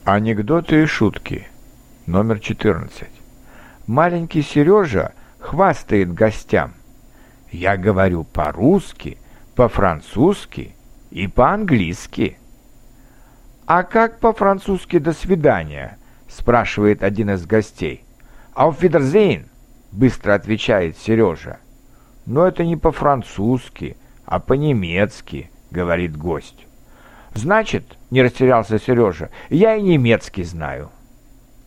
Анекдоты и шутки. Номер 14. Маленький Сережа хвастает гостям. Я говорю по-русски, по-французски и по-английски. «А как по-французски «до свидания»?» — спрашивает один из гостей. «Auf Wiedersehen», — быстро отвечает Сережа. «Но это не по-французски, а по-немецки», — говорит гость. «Значит, — не растерялся Сережа, — я и немецкий знаю».